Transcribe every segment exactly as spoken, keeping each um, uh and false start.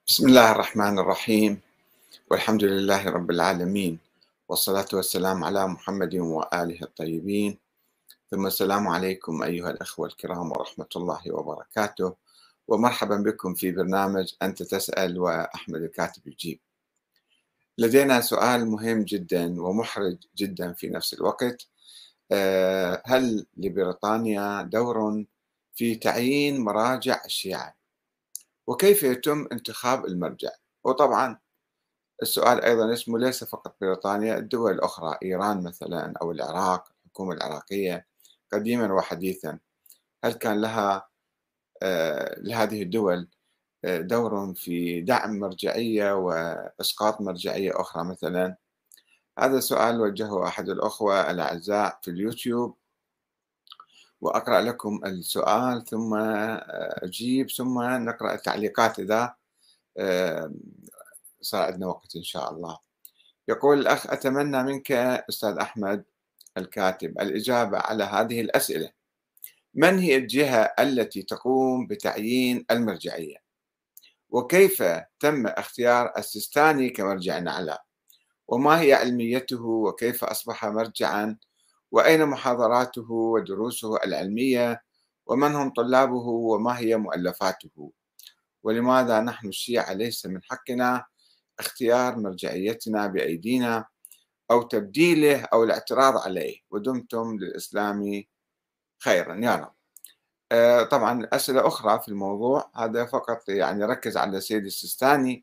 بسم الله الرحمن الرحيم، والحمد لله رب العالمين، والصلاة والسلام على محمد وآله الطيبين. ثم السلام عليكم أيها الأخوة الكرام ورحمة الله وبركاته، ومرحبا بكم في برنامج أنت تسأل وأحمد الكاتب يجيب. لدينا سؤال مهم جدا ومحرج جدا في نفس الوقت. آه، هل لبريطانيا دور في تعيين مراجع الشيعة؟ وكيف يتم انتخاب المرجع؟ وطبعا السؤال أيضا اسمه ليس فقط بريطانيا، الدول الأخرى، إيران مثلا أو العراق، الحكومة العراقية قديما وحديثا، هل كان لها آه، لهذه الدول آه، دور في دعم مرجعية وإسقاط مرجعية أخرى مثلا؟ هذا سؤال وجهه أحد الأخوة الأعزاء في اليوتيوب، وأقرأ لكم السؤال ثم آه، أجيب ثم نقرأ التعليقات إذا آه، صار عندنا وقت إن شاء الله. يقول الأخ: أتمنى منك أستاذ أحمد الكاتب الإجابة على هذه الأسئلة: من هي الجهة التي تقوم بتعيين المرجعية؟ وكيف تم اختيار السيستاني كمرجع أعلى؟ وما هي علميته؟ وكيف أصبح مرجعا؟ وأين محاضراته ودروسه العلمية؟ ومن هم طلابه؟ وما هي مؤلفاته؟ ولماذا نحن الشيعة ليس من حقنا اختيار مرجعيتنا بأيدينا أو تبديله أو الاعتراض عليه؟ ودمتم للإسلام خيرا يا رب. آه، طبعا أسئلة أخرى في الموضوع هذا، فقط يعني ركز على سيد السيستاني،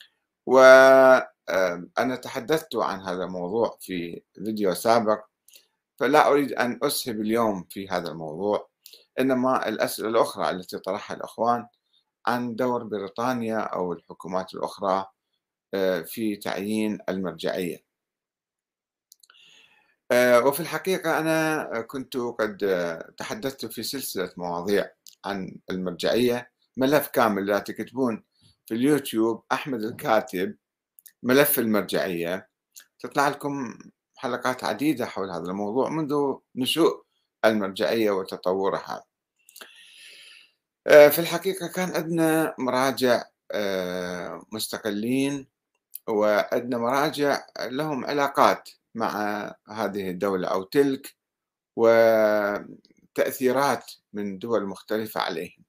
وأنا تحدثت عن هذا الموضوع في فيديو سابق، فلا أريد أن أسهب اليوم في هذا الموضوع، إنما الأسئلة الأخرى التي طرحها الأخوان عن دور بريطانيا أو الحكومات الأخرى آه، في تعيين المرجعية. آه، وفي الحقيقة أنا كنت قد آه، تحدثت في سلسلة مواضيع عن المرجعية، ملف كامل لا تكتبون في اليوتيوب أحمد الكاتب ملف المرجعية، تطلع لكم حلقات عديدة حول هذا الموضوع منذ نشوء المرجعية وتطورها. آه، في الحقيقة كان عندنا مراجع آه، مستقلين، وعندنا مراجع لهم علاقات مع هذه الدولة أو تلك، وتأثيرات من دول مختلفة عليهم.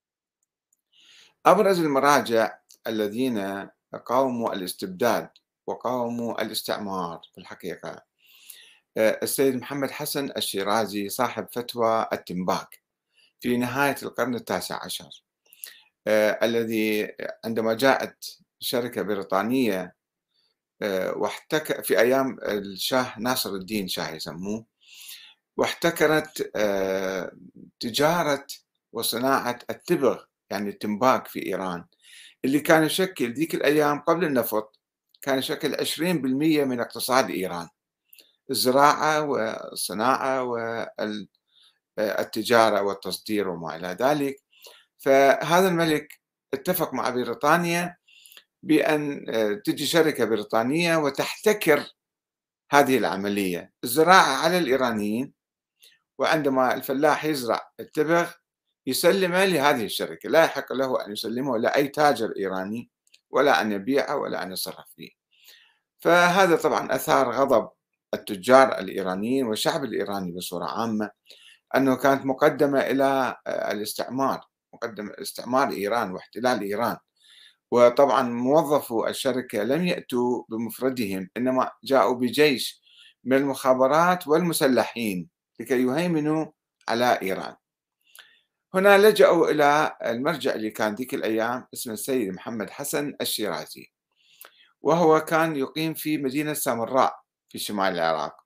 أبرز المراجع الذين قاوموا الاستبداد وقاوموا الاستعمار في الحقيقة آه، السيد محمد حسن الشيرازي صاحب فتوى التنباك في نهاية القرن التاسع عشر، آه، الذي عندما جاءت شركة بريطانية آه، واحتك في أيام الشاه ناصر الدين شاه يسموه، واحتكرت آه، تجارة وصناعة التبغ يعني التمباك في إيران، اللي كان يشكل ذيك الأيام قبل النفط كان يشكل عشرين بالمئة من اقتصاد إيران، الزراعة والصناعة والتجارة والتصدير وما إلى ذلك. فهذا الملك اتفق مع بريطانيا بأن آه، تجي شركة بريطانية وتحتكر هذه العملية، الزراعة على الإيرانيين، وعندما الفلاح يزرع التبغ يسلمه لهذه الشركة، لا يحق له أن يسلمه لأي تاجر إيراني، ولا أن يبيعه ولا أن يصرف فيه. فهذا طبعا أثار غضب التجار الإيرانيين والشعب الإيراني بصورة عامة، أنه كانت مقدمة إلى الاستعمار، مقدمة استعمار إيران واحتلال إيران. وطبعا موظفو الشركة لم يأتوا بمفردهم، إنما جاءوا بجيش من المخابرات والمسلحين لكي يهيمنوا على إيران. هنا لجأوا إلى المرجع اللي كان ذيك الأيام اسمه السيد محمد حسن الشيرازي، وهو كان يقيم في مدينة سامراء في شمال العراق،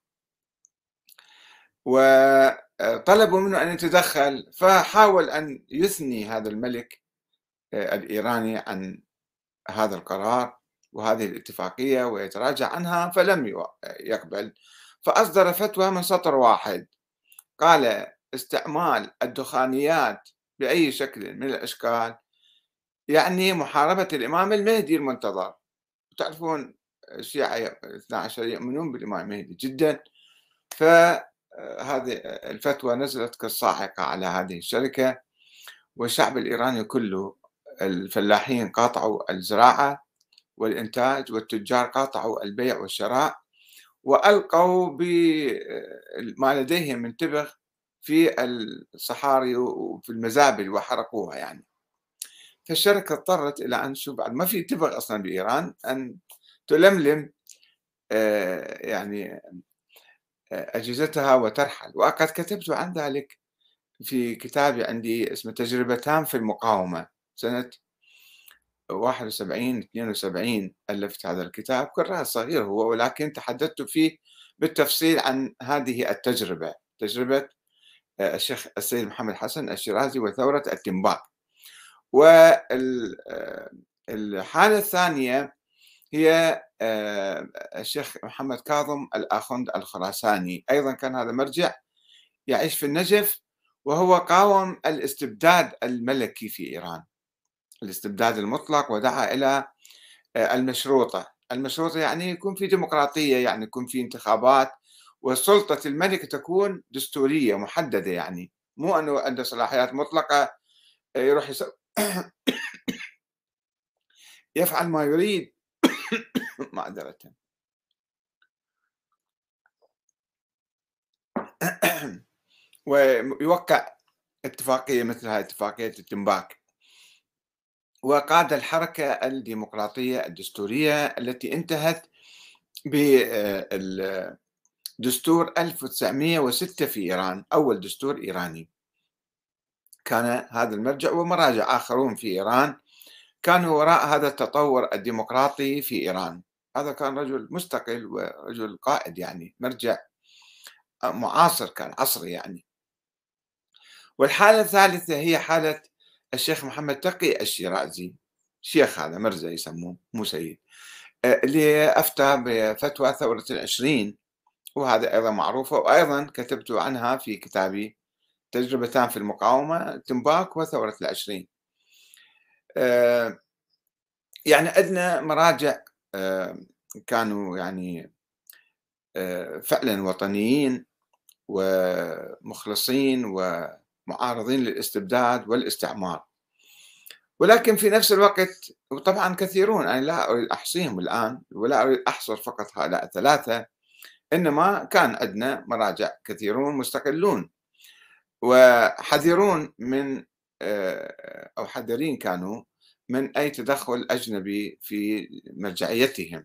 وطلبوا منه أن يتدخل، فحاول أن يثني هذا الملك آه، الإيراني عن هذا القرار وهذه الاتفاقية ويتراجع عنها، فلم يقبل، فأصدر فتوى من سطر واحد قال: استعمال الدخانيات بأي شكل من الأشكال يعني محاربة الإمام المهدي المنتظر. تعرفون الشيعة الاثنا عشر يؤمنون بالإمام المهدي جدا، فهذه الفتوى نزلت كالصاعقة على هذه الشركة، والشعب الإيراني كله الفلاحين قاطعوا الزراعة والإنتاج، والتجار قاطعوا البيع والشراء، وألقوا بما لديهم من تبغ في الصحاري وفي المزابل وحرقوها يعني. فالشركة اضطرت إلى أن شو بعد ما في تبغ أصلا بإيران أن تلملم آه، يعني آه، أجهزتها وترحل. وقد كتبت عن ذلك في كتابي عندي اسمه تجربتان في المقاومة، سنة واحد وسبعين اثنين وسبعين ألفت هذا الكتاب، كراس صغير هو، ولكن تحدثت فيه بالتفصيل عن هذه التجربة، تجربة آه، الشيخ السيد محمد حسن الشيرازي وثورة التنباك. والحالة الثانية هي آه، الشيخ محمد كاظم الآخوند الخراساني، أيضا كان هذا مرجع يعيش في النجف، وهو قاوم الاستبداد الملكي في إيران، الاستبداد المطلق، ودعا إلى آه، المشروطة. المشروطة يعني يكون في ديمقراطية، يعني يكون في انتخابات، وسلطة الملك تكون دستورية محددة، يعني مو أنه عنده صلاحيات مطلقة آه، يروح يسوي يفعل ما يريد معذرة. ويوقع اتفاقية مثل هذه اتفاقية التنباك. وقاد الحركة الديمقراطية الدستورية التي انتهت بدستور ألف وتسعمئة وستة في إيران، أول دستور إيراني. كان هذا المرجع ومراجع آخرون في إيران كانوا وراء هذا التطور الديمقراطي في إيران. هذا كان رجل مستقل ورجل قائد، يعني مرجع معاصر، كان عصري يعني. والحالة الثالثة هي حالة الشيخ محمد تقي الشيرازي، شيخ، هذا مرزا يسموه مو سيد، آه، اللي أفتى بفتوى ثورة العشرين، وهذا أيضا معروفة، وأيضا كتبت عنها في كتابي تجربتان في المقاومة، تنباك وثورة العشرين. آه، يعني عندنا مراجع آه، كانوا يعني آه، فعلا وطنيين ومخلصين ومعارضين للاستبداد والاستعمار، ولكن في نفس الوقت وطبعا كثيرون، أنا لا أريد أحصيهم الآن ولا أريد أحصر فقط هؤلاء الثلاثة، إنما كان عندنا مراجع كثيرون مستقلون وحذرون من آه، أو حذرين كانوا من أي تدخل أجنبي في مرجعيتهم.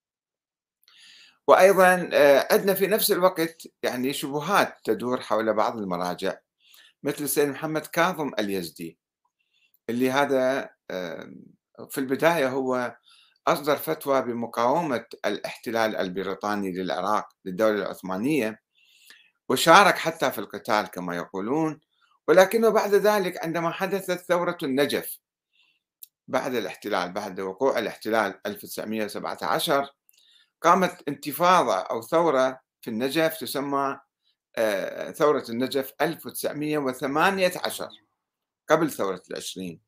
وأيضا آه، عندنا في نفس الوقت يعني شبهات تدور حول بعض المراجع، مثل السيد محمد كاظم اليزدي، اللي هذا آه، في البداية هو أصدر فتوى بمقاومة الاحتلال البريطاني للعراق للدولة العثمانية، وشارك حتى في القتال كما يقولون. ولكنه بعد ذلك عندما حدثت ثورة النجف بعد الاحتلال، بعد وقوع الاحتلال ألف وتسعمئة وسبعة عشر، قامت انتفاضة أو ثورة في النجف تسمى آه، ثورة النجف ألف وتسعمئة وثمانية عشر، قبل ثورة العشرين.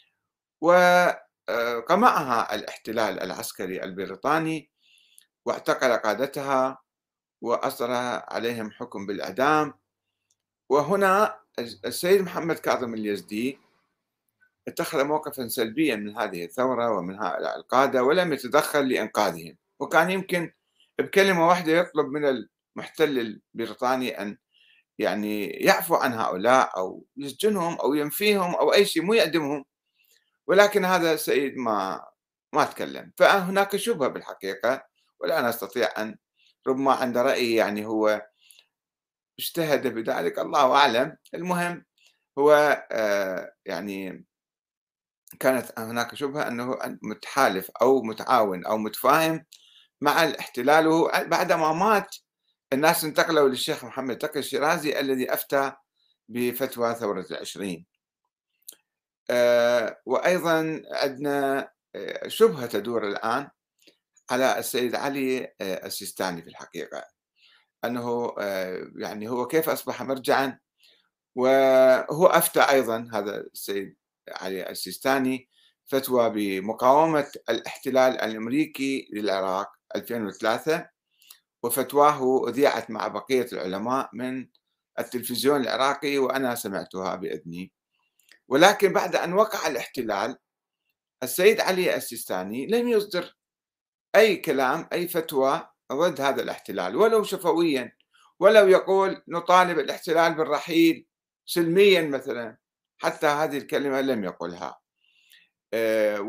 وقمعها الاحتلال العسكري البريطاني واعتقل قادتها وأصدر عليهم حكم بالإعدام. وهنا السيد محمد كاظم اليزدي اتخذ موقفا سلبيا من هذه الثورة ومن هؤلاء القادة، ولم يتدخل لإنقاذهم، وكان يمكن بكلمة واحدة يطلب من المحتل البريطاني أن يعني يعفو عن هؤلاء أو يسجنهم أو ينفيهم أو أي شيء، مو يعدمهم. ولكن هذا السيد ما ما تكلم. فهناك شبهة بالحقيقة، ولا أستطيع أن، ربما عنده رأي يعني هو اجتهد بذلك، الله أعلم. المهم هو آه، يعني كانت هناك شبهة أنه متحالف أو متعاون أو متفاهم مع الاحتلال. وهو بعدما مات الناس انتقلوا للشيخ محمد تقي الشيرازي الذي أفتى بفتوى ثورة العشرين. آه، وأيضا عندنا آه، شبهة تدور الآن على السيد علي آه، السيستاني في الحقيقة، أنه آه، يعني هو كيف أصبح مرجعا، وهو أفتى أيضا هذا السيد علي السيستاني فتوى بمقاومة الاحتلال الأمريكي للعراق ألفين وثلاثة، وفتواه أذيعت مع بقية العلماء من التلفزيون العراقي وأنا سمعتها بإذني. ولكن بعد أن وقع الاحتلال السيد علي السيستاني لم يصدر أي كلام، أي فتوى ضد هذا الاحتلال ولو شفويا، ولو يقول نطالب الاحتلال بالرحيل سلميا مثلا، حتى هذه الكلمة لم يقلها. آه،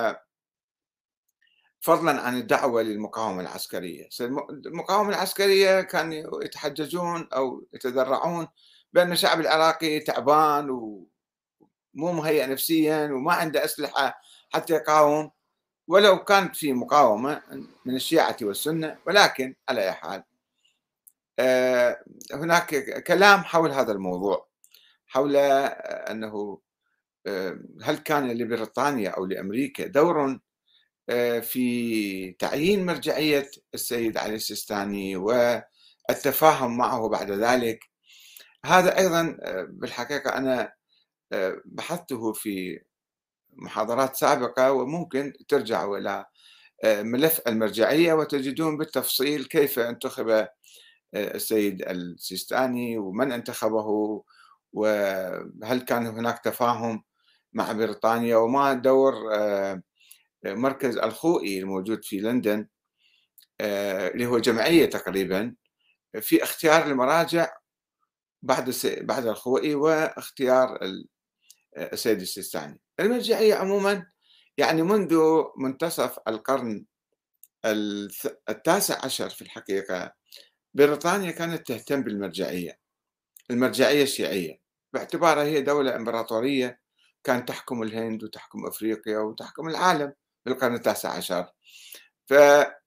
وفضلا عن الدعوة للمقاومة العسكرية، المقاومة العسكرية كانوا يتحججون أو يتذرعون بأن الشعب العراقي تعبان ومو مهيئ نفسيا وما عنده أسلحة حتى يقاوم، ولو كانت في مقاومة من الشيعة والسنة، ولكن على أي حال آه، هناك كلام حول هذا الموضوع، حول آه، أنه آه، هل كان لبريطانيا أو لأمريكا دور آه، في تعيين مرجعية السيد علي السيستاني والتفاهم معه بعد ذلك. هذا أيضا آه، بالحقيقة أنا آه، بحثته في محاضرات سابقة، وممكن ترجعوا إلى آه، ملف المرجعية وتجدون بالتفصيل كيف انتخب آه، السيد السيستاني ومن انتخبه، وهل كان هناك تفاهم مع بريطانيا، وما دور آه، مركز الخوئي الموجود في لندن آه، اللي هو جمعية تقريبا في اختيار المراجع بعد الس- بعد الخوئي واختيار ال- السيد السيستاني. المرجعية عموما يعني منذ منتصف القرن الث- التاسع عشر في الحقيقة بريطانيا كانت تهتم بالمرجعية، المرجعية الشيعية، باعتبارها هي دولة إمبراطورية كانت تحكم الهند وتحكم أفريقيا وتحكم العالم في القرن التاسع عشر. فجاءت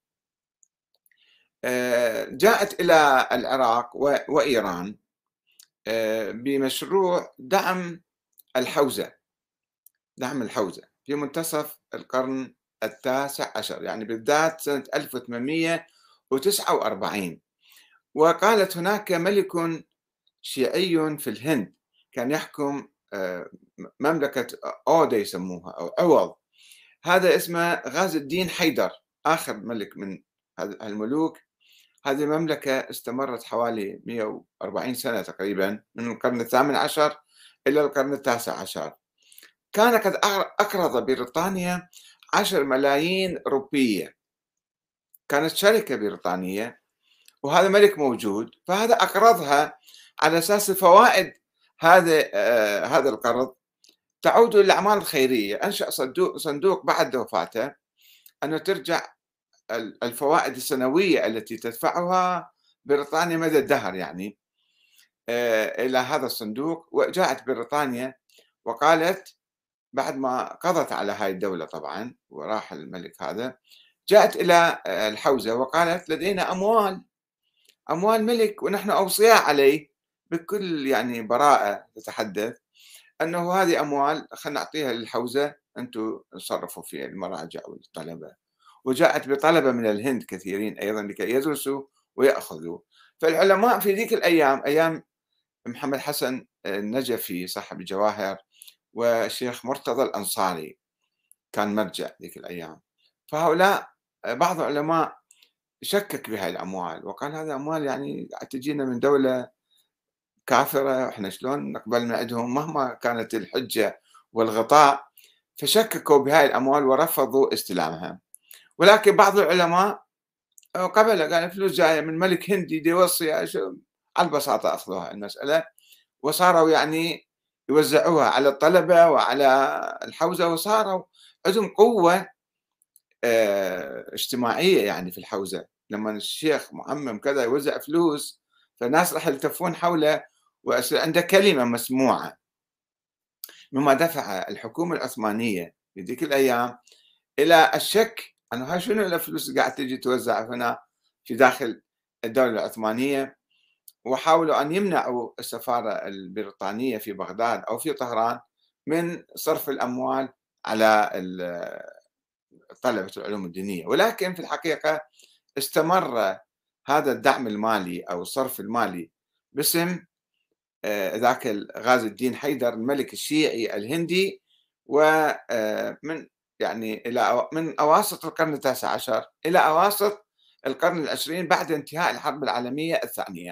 إلى العراق و- وإيران آه، بمشروع دعم الحوزة، دعم الحوزة في منتصف القرن التاسع عشر، يعني بالذات سنة ألف وثمانمئة وتسعة وأربعين. وقالت هناك ملك شيعي في الهند كان يحكم آه، مملكة أودا يسموها أو عوض، هذا اسمه غازي الدين حيدر، آخر ملك من هذه الملوك. هذه المملكة استمرت حوالي مئة وأربعين سنة تقريبا، من القرن الثامن عشر إلى القرن التاسع عشر. كان قد أقرض بريطانيا عشر ملايين روبية، كانت شركة بريطانية وهذا ملك موجود، فهذا أقرضها على أساس الفوائد. هذا آه هذا القرض تعود للأعمال الخيرية، أنشأ صندوق صندوق بعد وفاته أنه ترجع الفوائد السنوية التي تدفعها بريطانيا مدى الدهر يعني آه إلى هذا الصندوق. وجاءت بريطانيا وقالت بعد ما قضت على هاي الدولة طبعا وراح الملك هذا، جاءت إلى آه، الحوزة وقالت لدينا أموال، أموال ملك ونحن أوصياء عليه، بكل يعني براءة تتحدث أنه هذه أموال خلينا نعطيها للحوزة، أنتم تصرفوا فيها المراجع والطلبة. وجاءت بطلبة من الهند كثيرين أيضا لكي يدرسوا ويأخذوا. فالعلماء في ذيك الأيام، أيام محمد حسن النجفي صاحب الجواهر والشيخ مرتضى الأنصاري كان مرجع ذيك الأيام، فهؤلاء بعض العلماء شكك بهاي الأموال وقال هذه أموال يعني قاعد تجينا من دولة كافرة، إحنا شلون نقبل من عندهم مهما كانت الحجة والغطاء. فشككوا بهاي الأموال ورفضوا استلامها. ولكن بعض العلماء قبل، قال الفلوس جاية من ملك هندي دي يوصي، على البساطة أخذوها المسألة، وصاروا يعني يوزعوها على الطلبة وعلى الحوزة، وصاروا عندهم قوة آه، اجتماعية يعني في الحوزة. لما الشيخ معمم كذا يوزع فلوس فالناس راح يلتفون حوله ويصير عنده كلمة مسموعة، مما دفع الحكومة العثمانية في ذيك الأيام إلى الشك أنه هاي شنو الفلوس اللي قاعد تجي توزع هنا في داخل الدولة العثمانية. وحاولوا أن يمنعوا السفارة البريطانية في بغداد أو في طهران من صرف الأموال على طلبة العلوم الدينية. ولكن في الحقيقة استمر هذا الدعم المالي أو الصرف المالي باسم آه، ذاك غازي الدين حيدر الملك الشيعي الهندي، ومن يعني إلى من أواسط القرن التاسع عشر إلى أواسط القرن العشرين بعد انتهاء الحرب العالمية الثانية.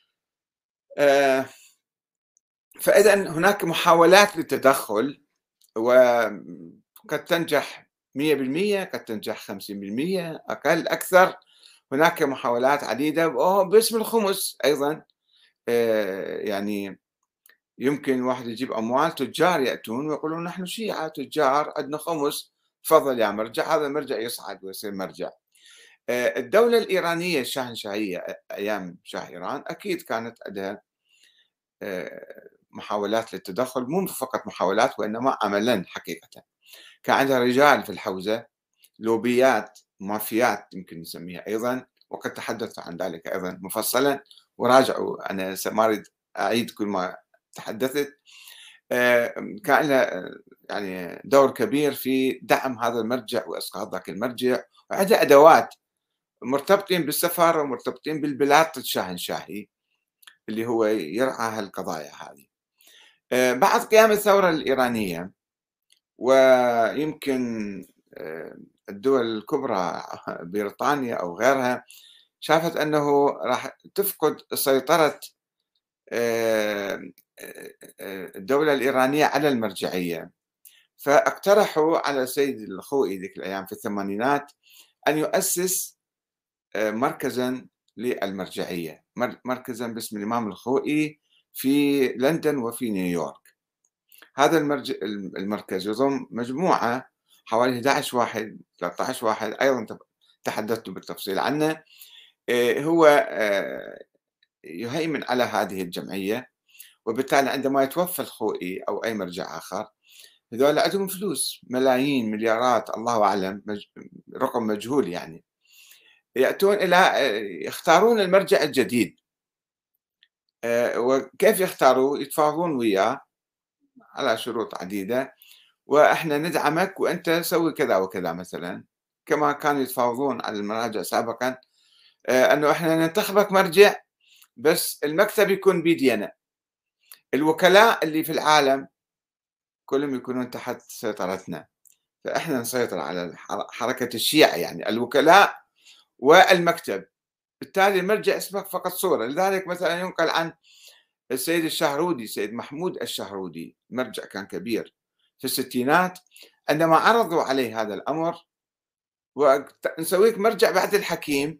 آه، فإذا هناك محاولات للتدخل وقد تنجح مئة بالمئة، قد تنجح خمسين بالمئة، أقل، أكثر. هناك محاولات عديدة وهو باسم الخمس أيضًا. آآ يعني يمكن الواحد يجيب أموال، تجار يأتون ويقولون نحن شيعة تجار عندنا خمس، تفضل يا مرجع، هذا المرجع يصعد ويصير مرجع. آآ الدولة الإيرانية الشاهنشاهية أ أيام شاه إيران أكيد كانت عندها آآ محاولات للتدخل، مو فقط محاولات وإنما عملًا حقيقةً. كان عندها رجال في الحوزة، لوبيات، مافيات يمكن نسميها أيضًا، وقد تحدثت عن ذلك أيضًا مفصلًا، وراجعوا، أنا هسه ما أريد أعيد كل ما تحدثت. آآ كان لها يعني دور كبير في دعم هذا المرجع وإسقاط ذاك المرجع، وعندها أدوات مرتبطين بالسفر ومرتبطين بالبلاط الشاهنشاهي اللي هو يرعى هالقضايا هذه. آآ بعد قيام الثورة الإيرانية ويمكن آآ الدول الكبرى بريطانيا أو غيرها شافت أنه راح تفقد سيطرة آآ آآ الدولة الإيرانية على المرجعية، فاقترحوا على السيد الخوئي ذيك الأيام في الثمانينات أن يؤسس آآ مركزًا للمرجعية، مر مركزًا باسم الإمام الخوئي في لندن وفي نيويورك. هذا المرج الم المركز يضم مجموعة حوالي أحد عشر واحد، ثلاثة عشر واحد أيضًا ت تحدثت بالتفصيل عنه. آآ هو آآ يهيمن على هذه الجمعية، وبالتالي عندما يتوفى الخوئي أو أي مرجع آخر، هذول عندهم فلوس ملايين، مليارات، الله أعلم، مج رقم مجهول يعني، يأتون إلى آآ يختارون المرجع الجديد. آآ وكيف يختاروه؟ يتفاوضون وياه على شروط عديدة، وإحنا ندعمك وأنت سوي كذا وكذا مثلًا، كما كانوا يتفاوضون على المراجع سابقًا. آآ إنه إحنا ننتخبك مرجع بس المكتب يكون بيدينا، الوكلاء اللي في العالم كلهم يكونون تحت سيطرتنا، فإحنا نسيطر على الحر حركة الشيعة يعني، الوكلاء والمكتب، بالتالي المرجع اسمه فقط صورة. لذلك مثلًا يُنقل عن السيد الشهرودي، السيد محمود الشهرودي، مرجع كان كبير في الستينات، عندما عرضوا عليه هذا الأمر وقت نسويك مرجع بعد الحكيم،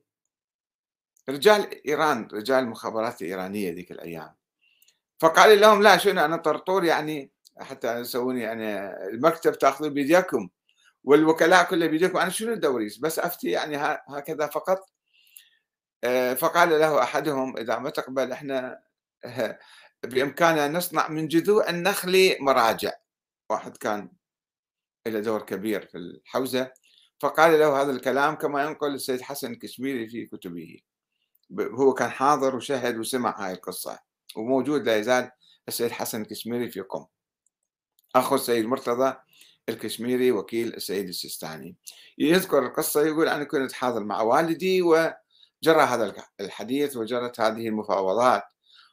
رجال إيران، رجال المخابرات الإيرانية ذيك الأيام، فقال لهم: "لا شنو أنا طرطور يعني حتى تسووني أنا المكتب تاخذوه بيديكم والوكلاء كله بيديكم، أنا شنو الدوريس بس أفتي يعني ه هكذا فقط؟" آآ، فقال له أحدهم: "إذا ما تقبل إحنا بإمكاننا نصنع من جذوع النخل مراجع." واحد كان له دور كبير في الحوزة، فقال له هذا الكلام كما ينقل السيد حسن الكشميري في كتبه. ب هو كان حاضر وشهد وسمع هاي القصة، وموجود لا يزال السيد حسن الكشميري في قم، أخو السيد مرتضى الكشميري وكيل السيد السيستاني. يذكر القصة يقول: أنا كنت حاضر مع والدي وجرى هذا الك الحديث وجرت هذه المفاوضات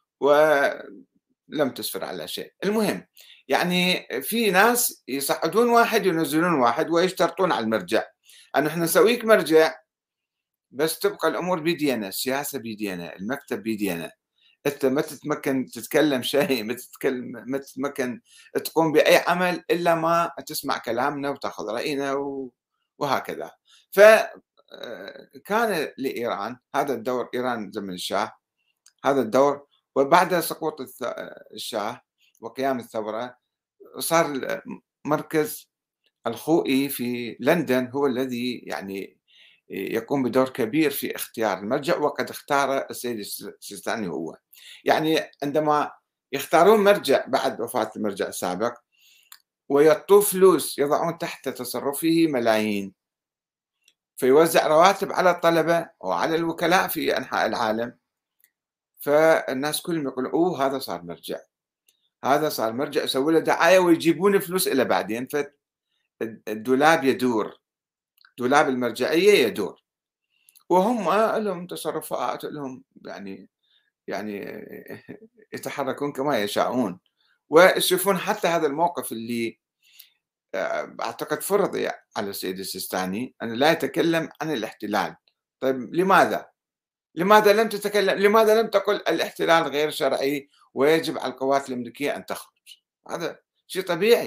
ولم تسفر على شيء. المهم يعني في ناس يصعدون واحد وينزلون واحد ويشترطون على المرجع، أنه إحنا نسويك مرجع بس تبقى الأمور بيدينا، السياسة بيدينا، المكتب بيدينا، أنت ما تتمكن تتكلم شيء، ما تتكلم ما تتمكن تقوم بأي عمل إلا ما تسمع كلامنا وتاخذ رأينا و وهكذا. ف آآ كان لإيران هذا الدور، إيران زمن الشاه، هذا الدور، وبعد سقوط الث الشاه وقيام الثورة صار ال مركز الخوئي في لندن هو الذي يعني يقوم بدور كبير في اختيار المرجع، وقد اختار السيد الس السيستاني هو. يعني عندما يختارون مرجع بعد وفاة المرجع السابق ويعطوه فلوس يضعون تحت تصرفه ملايين، فيوزع رواتب على الطلبة وعلى الوكلاء في أنحاء العالم، فالناس كلهم يقولون: أوه هذا صار مرجع، هذا صار مرجع، يسووا له دعاية ويجيبون فلوس إله بعدين، فالد الدولاب يدور، دولاب المرجعية يدور. وهم لهم تصرفات، لهم يعني يعني يتحركون كما يشاءون، ويشوفون حتى هذا الموقف اللي آآ أعتقد فرض ي على السيد السيستاني أنه لا يتكلم عن الاحتلال. طيب لماذا؟ لماذا لم تتكلم، لماذا لم تقل الاحتلال غير شرعي ويجب على القوات الأمريكية أن تخرج؟ هذا شيء طبيعي،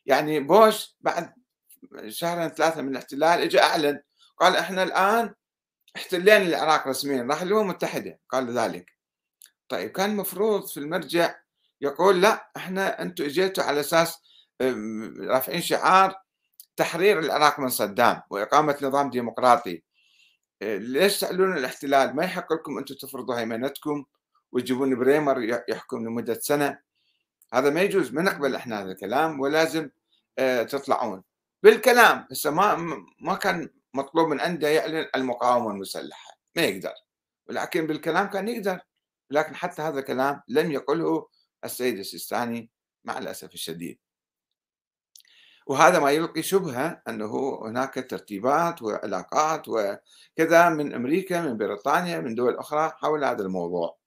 يعني بوش بعد شهرين ثلاثة من الاحتلال اجى أعلن قال إحنا الآن احتلينا العراق رسميًا، راح الأمم المتحدة قال ذلك. طيب كان المفروض في المرجع يقول لأ إحنا أنتم اجيتوا على أساس آمم رافعين شعار تحرير العراق من صدام وإقامة نظام ديمقراطي. آآ ليش تعلنون الاحتلال؟ ما يحق لكم أنتم تفرضوا هيمنتكم وتجيبون بريمر ي يحكم لمدة سنة. هذا ما يجوز، ما نقبل إحنا هذا الكلام ولازم آآ تطلعون. بالكلام، هسه ما م ما كان مطلوب من عنده يعلن المقاومة المسلحة، ما يقدر، ولكن بالكلام كان يقدر، لكن حتى هذا الكلام لم يقله السيد السيستاني مع الأسف الشديد. وهذا ما يلقي شبهة أنه هناك ترتيبات وعلاقات وكذا من أمريكا، من بريطانيا، من دول أخرى حول هذا الموضوع.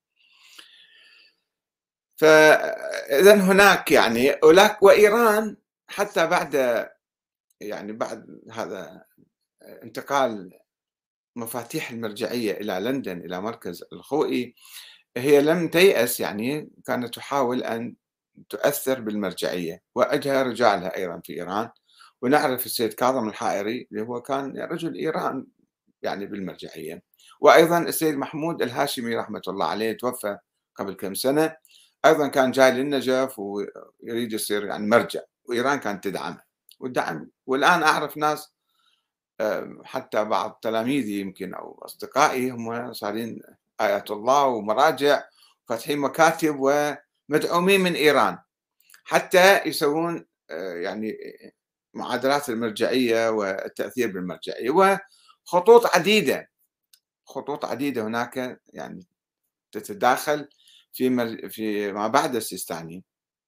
فإذا هناك يعني ولك وإيران حتى بعد يعني بعد هذا انتقال مفاتيح المرجعية إلى لندن إلى مركز الخوئي، هي لم تيأس، يعني كانت تحاول أن تؤثر بالمرجعية وأجهى رجالها أيضا في إيران. ونعرف السيد كاظم الحائري اللي هو كان رجل إيران يعني بالمرجعية، وأيضا السيد محمود الهاشمي رحمة الله عليه توفى قبل كم سنة، أيضا كان جاي للنجف ويريد يصير يعني مرجع، وإيران كانت تدعمه والدعم. والآن أعرف ناس آه، حتى بعض تلاميذي يمكن أو أصدقائي هم صارين آيات الله ومراجع فاتحين مكاتب ومدعومين من إيران حتى يسوون آه، يعني معادلات المرجعية والتأثير بالمرجعية. وخطوط عديدة، خطوط عديدة هناك يعني تتداخل في مر... في ما بعد السيستاني،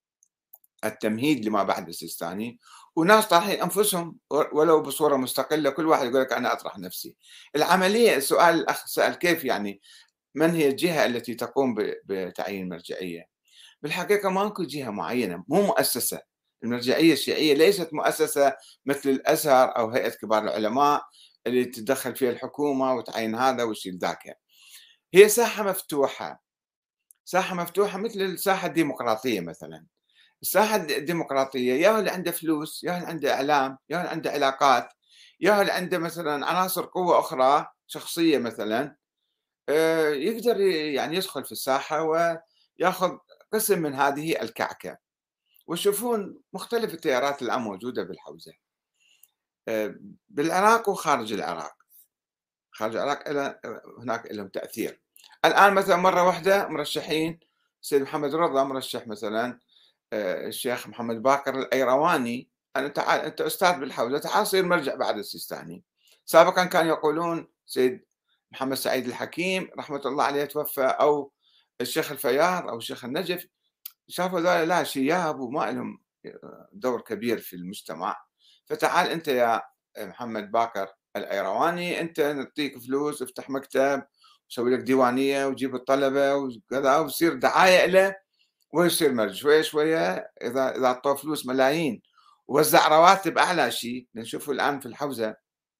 التمهيد لما بعد السيستاني. وناس طرحين انفسهم ولو بصوره مستقله، كل واحد يقول لك انا اطرح نفسي. العمليه، السؤال الاخ سال كيف يعني من هي الجهه التي تقوم ب... بتعيين المرجعيه؟ بالحقيقه ماكو جهه معينه، مو مؤسسه. المرجعيه الشيعيه ليست مؤسسه مثل الازهر او هيئه كبار العلماء اللي تتدخل فيها الحكومه وتعين هذا ويشيل ذاك. هي ساحه مفتوحه، ساحه مفتوحه مثل الساحه الديمقراطيه مثلا. الساحة الد الديمقراطية يا هو اللي عنده فلوس، يا هو اللي عنده إعلام، يا هو اللي عنده علاقات، يا هو اللي عنده مثلًا عناصر قوة أخرى شخصية مثلًا، آآ يقدر ي يعني يدخل في الساحة وياخذ قسم من هذه الكعكة. وتشوفون مختلف التيارات الآن موجودة بالحوزة، آآ بالعراق وخارج العراق. خارج العراق إلى هناك إلهم تأثير. الآن مثلًا مرة واحدة مرشحين السيد محمد رضا مرشح مثلًا، آآ الشيخ محمد باقر الأيرواني، أنا تعال أنت أستاذ بالحوزة تعال صير مرجع بعد السيستاني. سابقًا كانوا يقولون سيد محمد سعيد الحكيم رحمة الله عليه توفى، أو الشيخ الفياض أو الشيخ النجف، شافوا هذول لا شياب وما لهم آآ دور كبير في المجتمع، فتعال أنت يا محمد باقر الأيرواني أنت نعطيك فلوس، افتح مكتب، وسوي لك ديوانية وجيب الطلبة وكذا وتصير دعاية إله ويصير مرج شوية شوية. إذا إذا أعطوه فلوس ملايين ووزع رواتب أعلى شيء، نشوفه الآن في الحوزة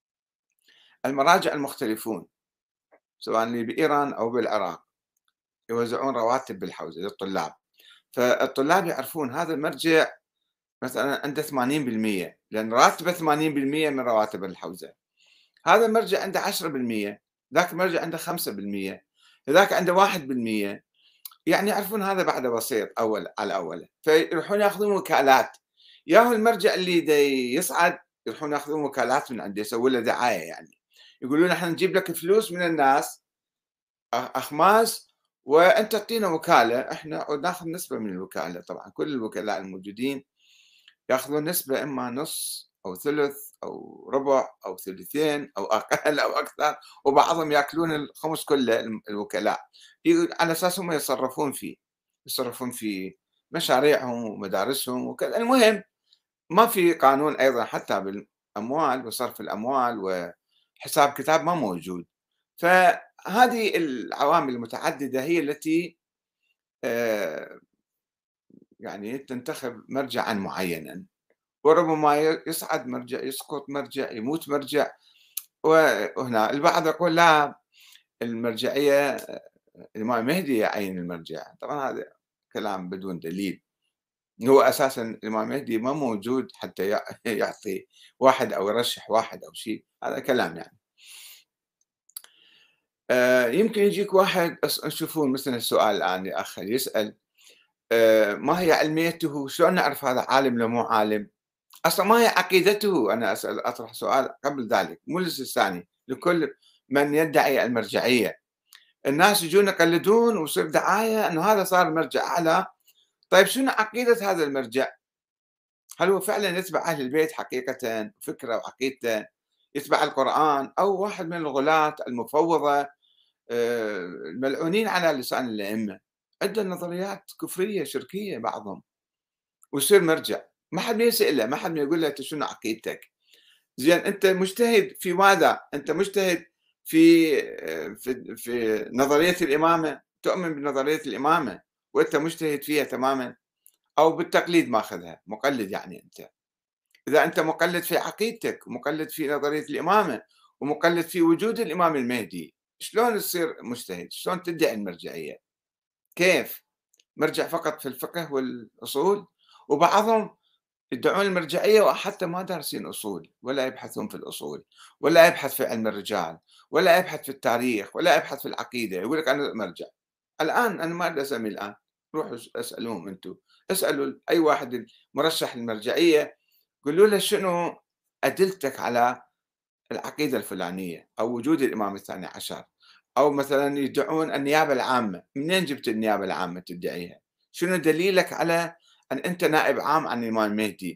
المراجع المختلفون سواء اللي بإيران أو بالعراق يوزعون رواتب بالحوزة للطلاب. فالطلاب يعرفون هذا المرجع مثلا عنده ثمانين بالمئة لأن راتبه ثمانين بالمئة من رواتب الحوزة، هذا المرجع عنده عشرة بالمئة، ذاك المرجع عنده خمسة بالمئة، ذاك عنده واحد بالمئة. يعني يعرفون هذا بعده بسيط أول على أوله، فيروحون ياخذون وكالات. ياهو المرجع اللي دا يصعد يروحون ياخذون وكالات من عنده يسوون له دعاية، يعني يقولون احنا نجيب لك فلوس من الناس أخماس وأنت تعطينا وكالة، احنا ناخذ نسبة من الوكالة. طبعا كل الوكلاء الموجودين ياخذون نسبة إما نص أو ثلث أو ربع أو ثلثين أو أقل أو أكثر، وبعضهم ياكلون الخمس كله الوكلاء على أساس هم يتصرفون فيه، يتصرفون في مشاريعهم ومدارسهم وكذا. المهم ما في قانون أيضا حتى بالأموال وصرف الأموال، وحساب كتاب ما موجود. فهذه العوامل المتعددة هي التي آه، يعني تنتخب مرجعا معينا، وربما يصعد مرجع، يسقط مرجع، يموت مرجع. وهنا البعض يقول لا المرجعية الإمام المهدي يعين المرجع، طبعا هذا كلام بدون دليل. هو أساسًا الإمام المهدي ما موجود حتى يع يعطي واحد أو يرشح واحد أو شيء، هذا كلام يعني. آآ يمكن يجيك واحد أس تشوفون مثلًا السؤال الآن يا أخ يسأل آآ ما هي علميته؟ شلون نعرف هذا عالم لو مو عالم؟ أصلًا ما هي عقيدته؟ أنا أسأل أطرح سؤال قبل ذلك، مو لسه الثاني، لكل من يدعي المرجعية. الناس يجون يقلدون ويصير دعاية إنه هذا صار مرجع أعلى. طيب شنو عقيدة هذا المرجع؟ هل هو فعلًا يتبع أهل البيت حقيقةً فكره وعقيدته، يتبع القرآن، أو واحد من الغلاة المفوضة آآ الملعونين على لسان الأئمة، عنده نظريات كفرية شركية بعضهم، ويصير مرجع، ما حد يسأله، ما حد يقول له أنت شنو عقيدتك؟ زين أنت مجتهد في ماذا؟ أنت مجتهد في آآ في في نظرية الإمامة، تؤمن بنظرية الإمامة وأنت مجتهد فيها تمامًا، أو بالتقليد ماخذها، مقلد يعني أنت. إذا أنت مقلد في عقيدتك ومقلد في نظرية الإمامة ومقلد في وجود الإمام المهدي، شلون تصير مجتهد؟ شلون تدعي المرجعية؟ كيف؟ مرجع فقط في الفقه والأصول؟ وبعضهم يدعون المرجعية وحتى ما دارسين أصول ولا يبحثون في الأصول ولا يبحث في علم الرجال ولا يبحث في التاريخ ولا يبحث في العقيدة، يقول لك أنا مرجع. الآن أنا ما أريد أسمي الآن، روحوا اسألوهم أنتم، اسألوا أي واحد مرشح للمرجعية قولوا له شنو أدلتك على العقيدة الفلانية أو وجود الإمام الثاني عشر، أو مثلا يدعون النيابة العامة، منين جبت النيابة العامة تدعيها؟ شنو دليلك على أن أنت نائب عام عن الإمام المهدي؟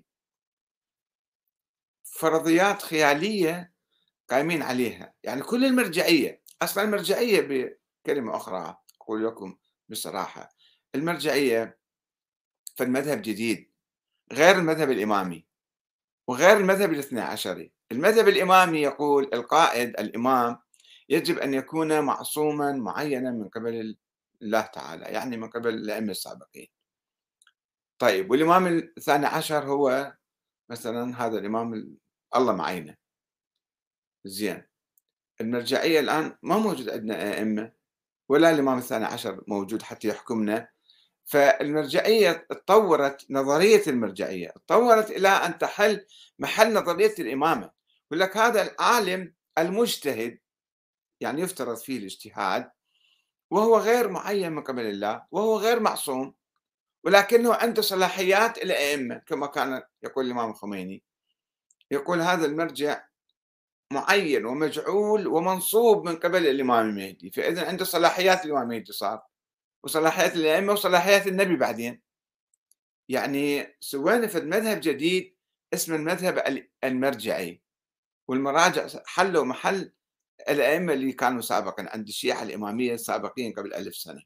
فرضيات خيالية قايمين عليها، يعني كل المرجعية أصلا المرجعية بكلمة أخرى أقول لكم بصراحة، المرجعية فالمذهب جديد غير المذهب الإمامي وغير المذهب الاثني عشري. المذهب الإمامي يقول القائد الإمام يجب أن يكون معصوما معينا من قبل الله تعالى، يعني من قبل الأئمة السابقين. طيب والإمام الثاني عشر هو مثلا هذا الإمام ال- الله معينه. زين، المرجعية الآن ما موجود عندنا أئمة ولا الإمام الثاني عشر موجود حتى يحكمنا، فالمرجعية تطورت، نظرية المرجعية تطورت إلى أن تحل محل نظرية الإمامة. يقول لك هذا العالم المجتهد، يعني يفترض فيه الاجتهاد وهو غير معين من قبل الله وهو غير معصوم، ولكنه عنده صلاحيات الأئمة كما كان يقول الإمام الخميني. يقول هذا المرجع معين ومجعول ومنصوب من قبل الإمام المهدي، فإذا عنده صلاحيات الإمام المهدي صار، وصلاحيات الأئمة وصلاحيات النبي بعدين. يعني سوينا في مذهب جديد اسمه المذهب ال- المرجعي، والمراجع حلوا محل الأئمة اللي كانوا سابقا عند الشيعة الإمامية السابقين قبل ألف سنة.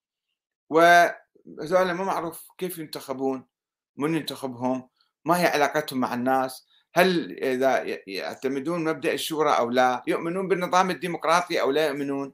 وهذول ما معروف كيف ينتخبون، من ينتخبهم، ما هي علاقتهم مع الناس، هل إذا ي- يعتمدون مبدأ الشورى أو لا، يؤمنون بالنظام الديمقراطي أو لا يؤمنون.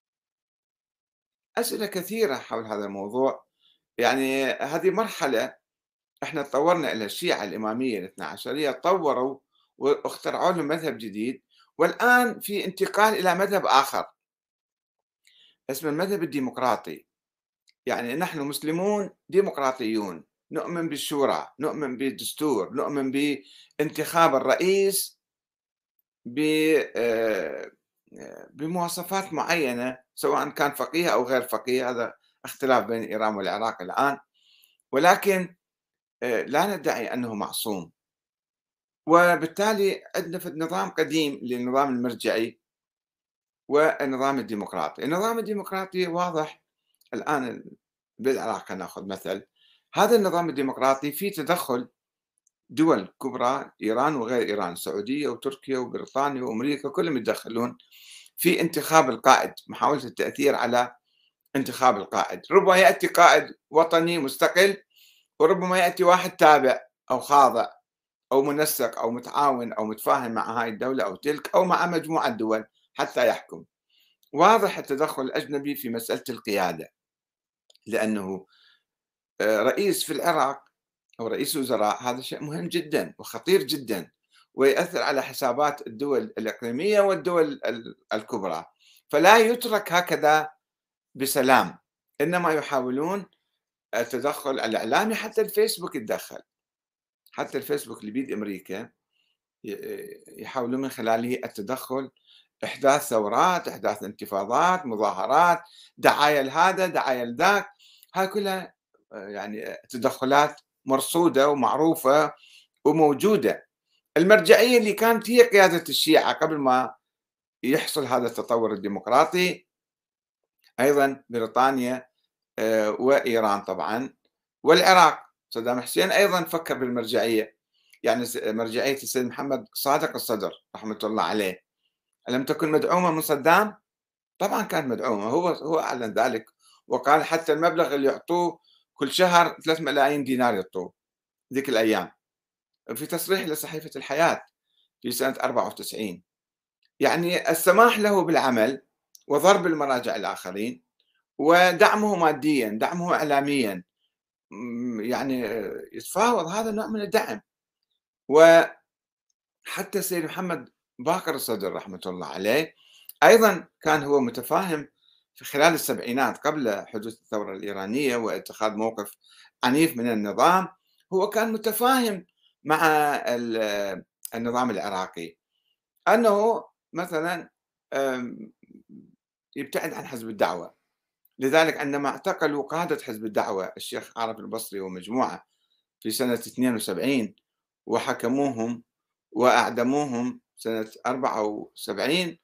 أسئلة كثيرة حول هذا الموضوع. يعني هذه مرحلة إحنا تطورنا إلى الشيعة الإمامية الاثنا عشرية، تطوروا واخترعوا لهم مذهب جديد، والآن في انتقال إلى مذهب آخر اسمه المذهب الديمقراطي. يعني نحن مسلمون ديمقراطيون، نؤمن بالشورى، نؤمن بالدستور، نؤمن بانتخاب الرئيس ب آه، آه، بمواصفات معينة سواء كان فقيه أو غير فقيه، هذا اختلاف بين إيران والعراق الآن، ولكن آه، لا ندعي أنه معصوم. وبالتالي عندنا في النظام قديم للنظام المرجعي والنظام الديمقراطي. النظام الديمقراطي واضح الآن بالعراق، ناخذ مثل، هذا النظام الديمقراطي فيه تدخل دول كبرى، إيران وغير إيران، السعودية وتركيا وبريطانيا وأمريكا كلهم يتدخلون في انتخاب القائد، محاولة التأثير على انتخاب القائد. ربما يأتي قائد وطني مستقل وربما يأتي واحد تابع أو خاضع أو منسق أو متعاون أو متفاهم مع هاي الدولة أو تلك أو مع مجموعة دول حتى يحكم. واضح التدخل الأجنبي في مسألة القيادة، لأنه آه، رئيس في العراق أو رئيس وزراء هذا شيء مهم جدا وخطير جدا، ويؤثر على حسابات الدول الإقليمية والدول ال- الكبرى، فلا يترك هكذا بسلام، إنما يحاولون التدخل الإعلامي، حتى الفيسبوك يتدخل، حتى الفيسبوك اللي بيد أمريكا ي يحاولون من خلاله التدخل، إحداث ثورات، إحداث انتفاضات، مظاهرات، دعاية لهذا، دعاية لذاك، هاي كلها آآ يعني تدخلات مرصودة ومعروفة وموجودة. المرجعية اللي كانت هي قيادة الشيعة قبل ما يحصل هذا التطور الديمقراطي، أيضًا بريطانيا آآ وإيران طبعًا والعراق، صدام حسين أيضًا فكر بالمرجعية، يعني س مرجعية السيد محمد صادق الصدر رحمة الله عليه، ألم تكن مدعومة من صدام؟ طبعًا كانت مدعومة، هو هو أعلن ذلك، وقال حتى المبلغ اللي يعطوه كل شهر ثلاثة ملايين دينار يعطوه ذيك الأيام، في تصريح لصحيفة الحياة في سنة أربعة وتسعين. يعني السماح له بالعمل وضرب المراجع الآخرين ودعمه ماديًا، دعمه إعلاميًا، م يعني يتفاوض، هذا نوع من الدعم. وحتى السيد محمد باقر الصدر رحمة الله عليه أيضًا كان هو متفاهم في خلال السبعينات قبل حدوث الثورة الإيرانية واتخاذ موقف عنيف من النظام، هو كان متفاهم مع ال النظام العراقي. أنه مثلًا آمم يبتعد عن حزب الدعوة، لذلك عندما اعتقلوا قادة حزب الدعوة الشيخ عارف البصري ومجموعة في سنة اثنين وسبعين وحكموهم وأعدموهم سنة أربعة وسبعين،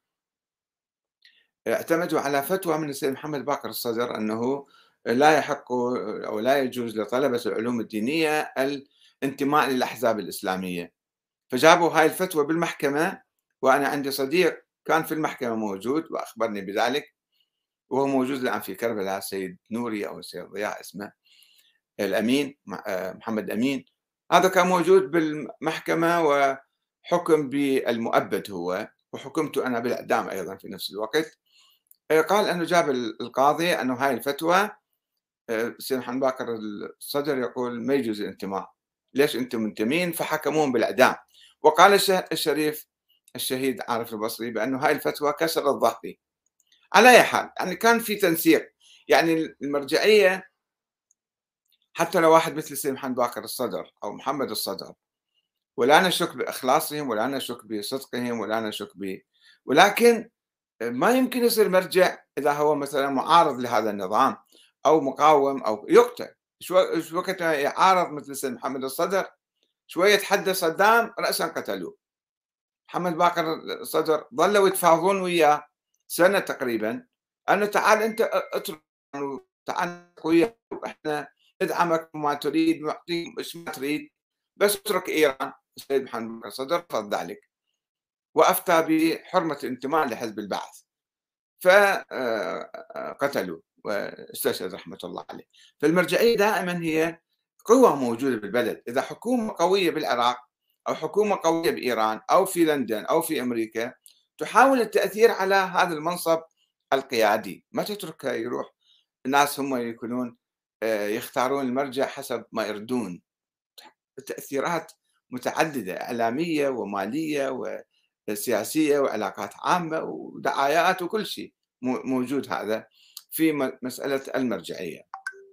اعتمدوا على فتوى من السيد محمد باقر الصدر أنه لا يحق أو لا يجوز لطلبة العلوم الدينية الانتماء للأحزاب الإسلامية. فجابوا هاي الفتوى بالمحكمة، وأنا عندي صديق كان في المحكمة موجود وأخبرني بذلك، وهو موجود الآن في كربلاء، السيد نوري أو السيد ضياء اسمه الأمين آه، محمد أمين، هذا كان موجود بالمحكمة وحكم بالمؤبد هو، وحكمت أنا بالإعدام أيضا في نفس الوقت. آه، قال أنه جاب القاضي أنه هاي الفتوى آه، السيد محمد باكر الصدر يقول ما يجوز الانتماء، ليش أنتم منتمين؟ فحكموهم بالإعدام. وقال الشه- الشريف الشهيد عارف البصري بأنه هاي الفتوى كسرت ظهري. على أي حال يعني كان في تنسيق، يعني المرجعية حتى لو واحد مثل السيد محمد باكر الصدر أو محمد الصدر، ولا نشك بإخلاصهم ولا نشك بصدقهم ولا نشك ب، ولكن ما يمكن يصير مرجع إذا هو مثلا معارض لهذا النظام أو مقاوم أو يقتل. شو شو وقت ما يعارض مثل السيد محمد الصدر شوية يتحدى صدام رأسا قتلوه. محمد باقر الصدر ظلوا يتفاوضون وياه سنة تقريبا، أنه تعال أنت اترك، تعال وياه وإحنا ندعمك وما تريد نعطيك إيش ما تريد، بس اترك إيران. السيد محمد باقر الصدر رفض ذلك وأفتى بحرمة الانتماء لحزب البعث، فقتلوا واستشهد رحمة الله عليه. فالمرجعية دائما هي قوة موجودة بالبلد، إذا حكومة قوية بالعراق أو حكومة قوية بإيران أو في لندن أو في أمريكا تحاول التأثير على هذا المنصب القيادي، ما تتركه يروح الناس هم يكونون آه، يختارون المرجع حسب ما يردون. تأثيرات متعددة إعلامية ومالية وسياسية وعلاقات عامة ودعايات وكل شيء موجود هذا في م- مسألة المرجعية.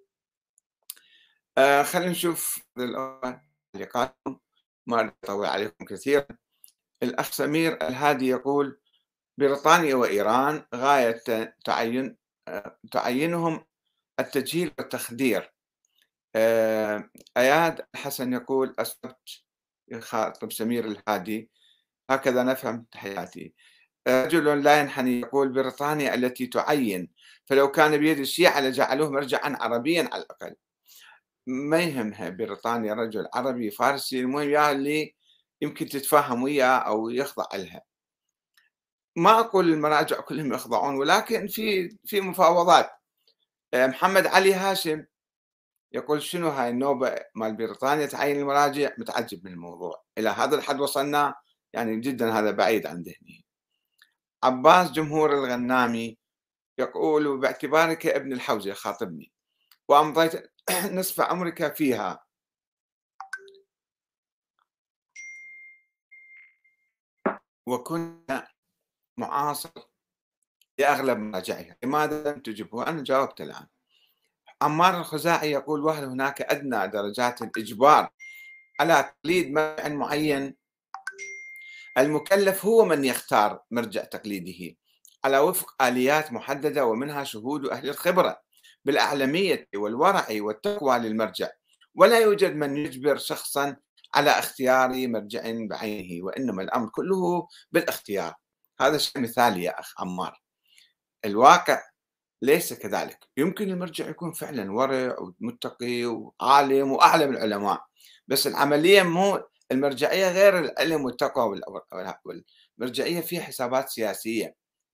آه خلينا نشوف تعليقاتكم، ما أطول عليكم كثيرا. الأخ سمير الهادي يقول بريطانيا وإيران غاية تعين آه، تعينهم التجهيل والتخدير. آه، أياد الحسن يقول أصبت، يخاطب سمير الهادي هكذا نفهم تحياتي. رجل لا ينحني يقول بريطانيا التي تعين، فلو كان بيد الشيعة لجعلوه مرجعا عربيا على الأقل. ما يهمها بريطانيا رجل عربي فارسي، المهم يا اللي يمكن تتفاهم وياه أو يخضع لها. ما أقول المراجع كلهم يخضعون، ولكن في في مفاوضات. آه، محمد علي هاشم يقول شنو هاي النوبة مال بريطانيا تعين المراجع، متعجب من الموضوع إلى هذا الحد وصلنا، يعني جدا هذا بعيد عن ذهني. عباس جمهور الغنامي يقول باعتبارك ابن الحوزة خاطبني وأمضيت نصف عمرك فيها وكنت معاصر لأغلب مراجعها، لماذا لم تجبه؟ أنا جاوبت الآن. عمار الخزاعي يقول: وهل هناك أدنى درجات الإجبار على تقليد مرجع معين؟ المكلف هو من يختار مرجع تقليده على وفق آليات محددة، ومنها شهود أهل الخبرة بالأعلمية والورع والتقوى للمرجع، ولا يوجد من يجبر شخصا على اختيار مرجع بعينه، وإنما الأمر كله بالاختيار. هذا شيء مثالي يا أخ عمار. الواقع ليس كذلك. يمكن المرجع يكون فعلا ورع ومتقي وعالم وأعلم العلماء، بس العملية مو المرجعية غير العلم والتقوى، والمرجعية فيها حسابات سياسية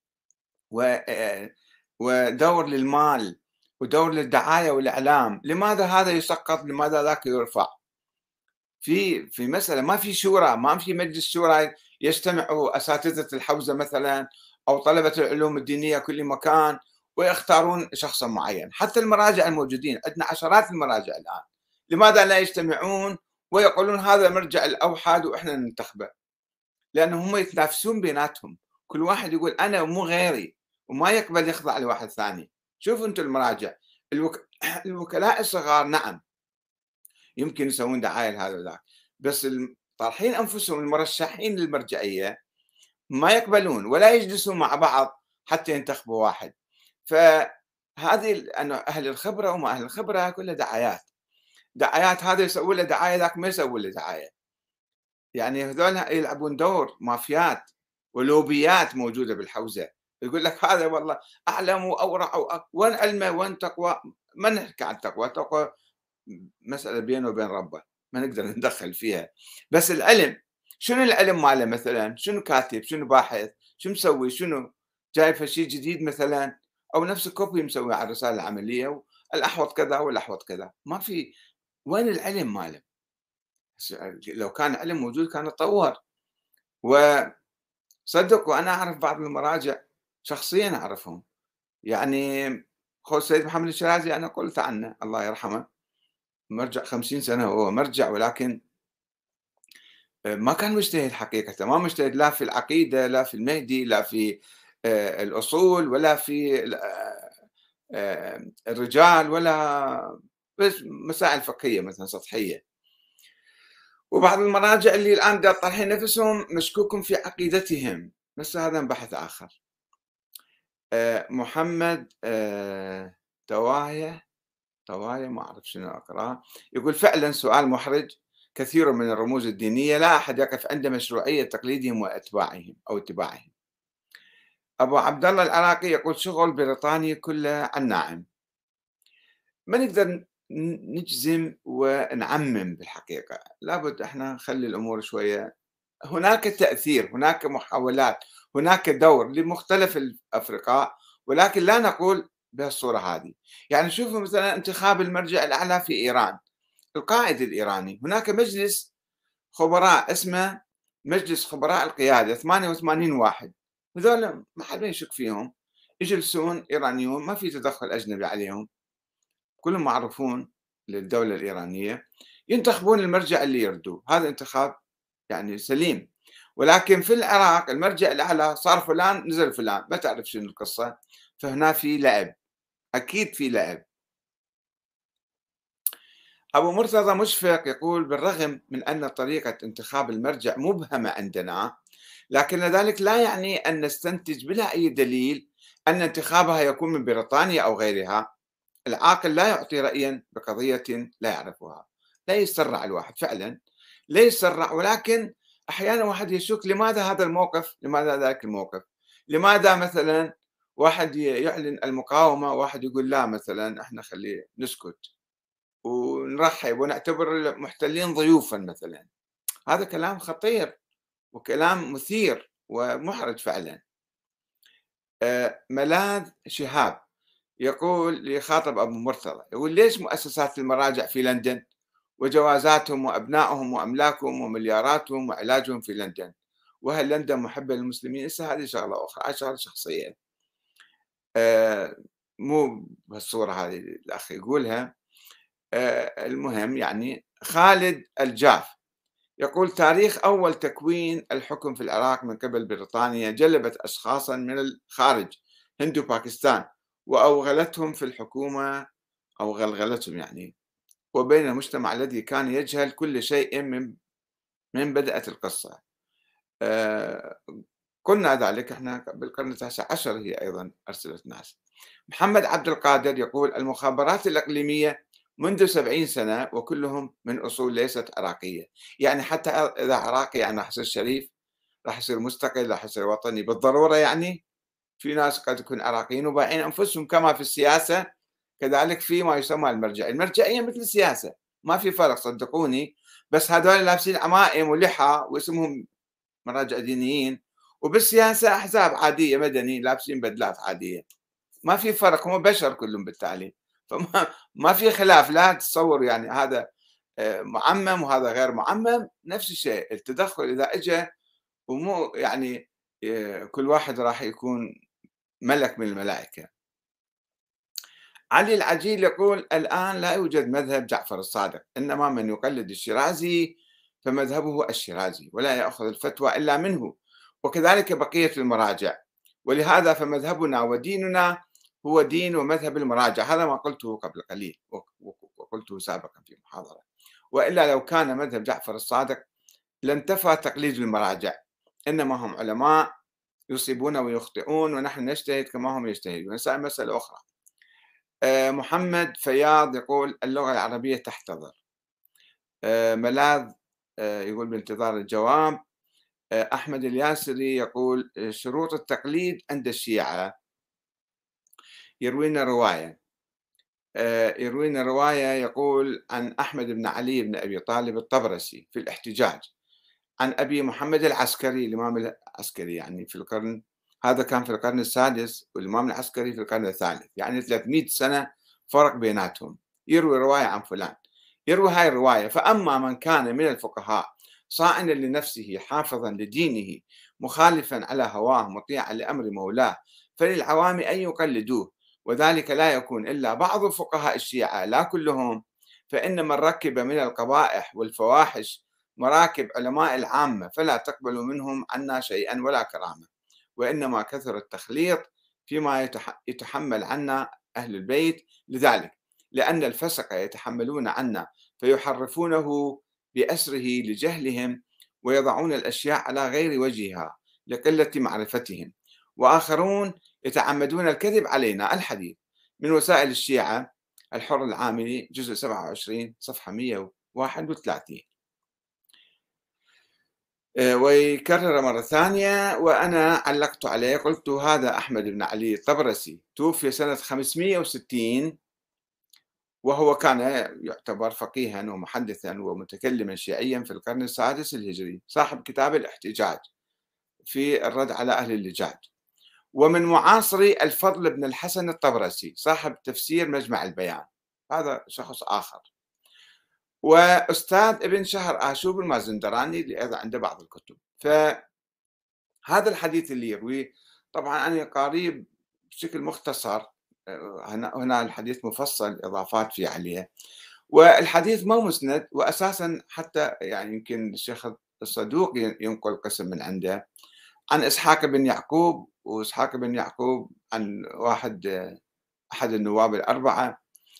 ودور للمال ودور للدعاية والإعلام. لماذا هذا يسقط؟ لماذا ذاك يرفع؟ في في مسألة ما في شورى، ما في مجلس شورى يجتمعوا أساتذة الحوزة مثلا أو طلبة العلوم الدينية كل مكان ويختارون شخصا معين. حتى المراجع الموجودين عندنا عشرات المراجع الآن، لماذا لا يجتمعون ويقولون هذا المرجع الأوحد وإحنا ننتخبه؟ لأنه هم يتنافسون بيناتهم، كل واحد يقول أنا مو غيري، وما يقبل يخضع لواحد ثاني. شوفوا أنتم المراجع الوك... الوكلاء الصغار نعم يمكن يسوون دعاية لهذا وذاك، بس طارحين أنفسهم المرشحين للمرجعية ما يقبلون ولا يجلسون مع بعض حتى ينتخبوا واحد. فهذه أنه أهل الخبرة وما أهل الخبرة كلها دعايات دعايات هذا يسوي له دعاية ذاك ما يسوي له دعاية. يعني هذول يلعبون دور مافيات ولوبيات موجودة بالحوزة. يقول لك هذا والله أعلم وأورع وين علمه وين تقوى. ما نحكي عن تقوى، تقوى مسألة بينه وبين ربه ما نقدر ندخل فيها. بس العلم، شنو العلم ماله مثلا؟ شنو كاتب؟ شنو باحث؟ شنو مسوي؟ شنو جايب شيء جديد مثلا؟ أو نفس كوبي مسوي على الرسالة العملية والأحوط كذا والأحوط كذا. ما في. وين العلم ماله؟ لو كان علم موجود كان تطور. وصدقوا أنا أعرف بعض المراجع شخصيا أعرفهم، يعني خو السيد محمد الشيرازي أنا قلت عنه الله يرحمه، مرجع خمسين سنة هو مرجع، ولكن ما كان مجتهد حقيقة، ما مجتهد لا في العقيدة لا في المهدي لا في الأصول ولا في الرجال ولا بس مسائل فقهية مثلا سطحية. وبعض المراجع اللي الآن طالعين نفسهم مشكوك في عقيدتهم، بس هذا بحث آخر. محمد تواهية طوايا ما أعرف شنو أقرأ، يقول فعلا سؤال محرج. كثير من الرموز الدينية لا أحد يقف عند مشروعية تقليدهم واتباعهم أو اتباعهم. أبو عبد الله العراقي يقول شغل بريطانيا كله عن ناعم. ما نقدر نجزم ونعمم بالحقيقة، لابد احنا نخلي الأمور شوية. هناك تأثير، هناك محاولات، هناك دور لمختلف الأفرقاء، ولكن لا نقول بهالصورة هذه. يعني شوفوا مثلا انتخاب المرجع الأعلى في إيران، القائد الإيراني، هناك مجلس خبراء اسمه مجلس خبراء القيادة ثمانية وثمانين واحد، هذول ما حد يشك فيهم، يجلسون إيرانيون ما في تدخل أجنبي عليهم، كلهم معروفون للدولة الإيرانية، ينتخبون المرجع اللي يردوه. هذا انتخاب يعني سليم. ولكن في العراق المرجع الأعلى صار فلان نزل فلان، ما تعرف شنو القصة، فهنا في لعب، أكيد في لعب. أبو مرتضى مشفق يقول بالرغم من أن طريقة انتخاب المرجع مبهمة عندنا، لكن ذلك لا يعني أن نستنتج بلا أي دليل أن انتخابها يكون من بريطانيا أو غيرها. العاقل لا يعطي رأيا بقضية لا يعرفها. لا يسرع الواحد فعلا، لا يسرع، ولكن أحيانا واحد يشك لماذا هذا الموقف، لماذا ذاك الموقف، لماذا مثلا واحد يعلن المقاومة واحد يقول لا مثلا احنا خليه نسكت ونرحب ونعتبر المحتلين ضيوفا مثلا. هذا كلام خطير وكلام مثير ومحرج فعلا. ملاذ شهاب يقول يخاطب أبو مرتضى، يقول ليش مؤسسات المراجع في لندن وجوازاتهم وأبنائهم وأملاكهم وملياراتهم وعلاجهم في لندن، وهل لندن محبة للمسلمين؟ إسا هذه شغلة أخرى، هذه شغلة شخصية، أه مو بهالصورة هذه الأخ يقولها. أه المهم يعني خالد الجاف يقول تاريخ أول تكوين الحكم في العراق من قبل بريطانيا جلبت أشخاصا من الخارج هند وباكستان وأوغلتهم في الحكومة أو غلغلتهم يعني، وبين المجتمع الذي كان يجهل كل شيء من من بدأت القصة. آآ قلنا ذلك إحنا بالقرن التاسع عشر هي أيضًا أرسلت ناس. محمد عبد القادر يقول: "المخابرات الإقليمية منذ سبعين سنة وكلهم من أصول ليست عراقية." يعني حتى أ إذا عراقي يعني راح يصير شريف، راح يصير مستقل، راح يصير وطني بالضرورة يعني؟ في ناس قد يكون عراقيين وبايعين أنفسهم كما في السياسة، كذلك في ما يسمى المرجعية. المرجعية مثل السياسة، ما في فرق صدقوني، بس هذول لابسين عمائم ولحى واسمهم مراجع دينيين، وبالسياسة أحزاب عادية مدني لابسين بدلات عادية، ما في فرق، هم بشر كلهم بالتالي، فما ما في خلاف. لا تتصور يعني هذا آآ مُعمّم وهذا غير مُعمّم، نفس الشيء. التدخل إذا إجا ومو يعني آآ كل واحد راح يكون ملك من الملائكة. علي العجيل يقول: "الآن لا يوجد مذهب جعفر الصادق، إنما من يقلد الشيرازي فمذهبه الشيرازي، ولا يأخذ الفتوى إلا منه، وكذلك بقية المراجع، ولهذا فمذهبنا وديننا هو دين ومذهب المراجع." هذا ما قلته قبل قليل وق وق وقلته سابقًا في محاضرة. "وإلا لو كان مذهب جعفر الصادق لانتفى تقليد المراجع، إنما هم علماء يصيبون ويخطئون ونحن نجتهد كما هم يجتهدون." هسه مسألة أخرى. آآ محمد فياض يقول: "اللغة العربية تحتضر." آآ ملاذ آآ يقول: "بانتظار الجواب." آآ أحمد الياسري يقول: "آآ شروط التقليد عند الشيعة." يروينا رواية، آآ يروينا رواية يقول عن أحمد بن علي بن أبي طالب الطبرسي في الاحتجاج، عن أبي محمد العسكري الإمام العسكري يعني في القرن، هذا كان في القرن السادس والإمام العسكري في القرن الثالث، يعني ثلاثمئة سنة فرق بيناتهم. يروي رواية عن فلان، يروي هاي الرواية: "فأما من كان من الفقهاء صائنا لنفسه حافظا لدينه مخالفا على هواه مطيعا لأمر مولاه فللعوام أن يقلدوه، وذلك لا يكون إلا بعض فقهاء الشيعة لا كلهم، فإن من ركب من القبائح والفواحش مراكب علماء العامة فلا تقبل منهم عنا شيئا ولا كرامة، وإنما كثر التخليط فيما يتح- يتحمل عنا أهل البيت، لذلك لأن الفسق يتحملون عنا فيحرفونه بأسره لجهلهم، ويضعون الأشياء على غير وجهها لقلة معرفتهم، وآخرون يتعمدون الكذب علينا." الحديث من وسائل الشيعة، الحر العاملي، جزء سبعة وعشرين صفحة مئة وواحد وثلاثين. آآ ويكرر مرة ثانية: "وأنا علّقت عليه قلت: هذا أحمد بن علي الطبرسي توفي سنة خمسمئة وستين، وهو كان يعتبر فقيهًا ومحدثًا ومتكلمًا شيعيًا في القرن السادس الهجري، صاحب كتاب الاحتجاج في الرد على أهل اللجاج، ومن معاصري الفضل بن الحسن الطبرسي صاحب تفسير مجمع البيان." هذا شخص آخر. وأستاذ ابن شهر آشوب المازندراني اللي أيضًا عنده بعض الكتب. ف هذا الحديث اللي يرويه طبعا أنا قريب بشكل مختصر، آه، هنا هنا الحديث مفصل إضافات فيه عليه، والحديث مو مسند، وأساسا حتى يعني يمكن الشيخ الصدوق ينقل قسم من عنده عن إسحاق بن يعقوب، وإسحاق بن يعقوب عن واحد آه، أحد النواب الأربعة،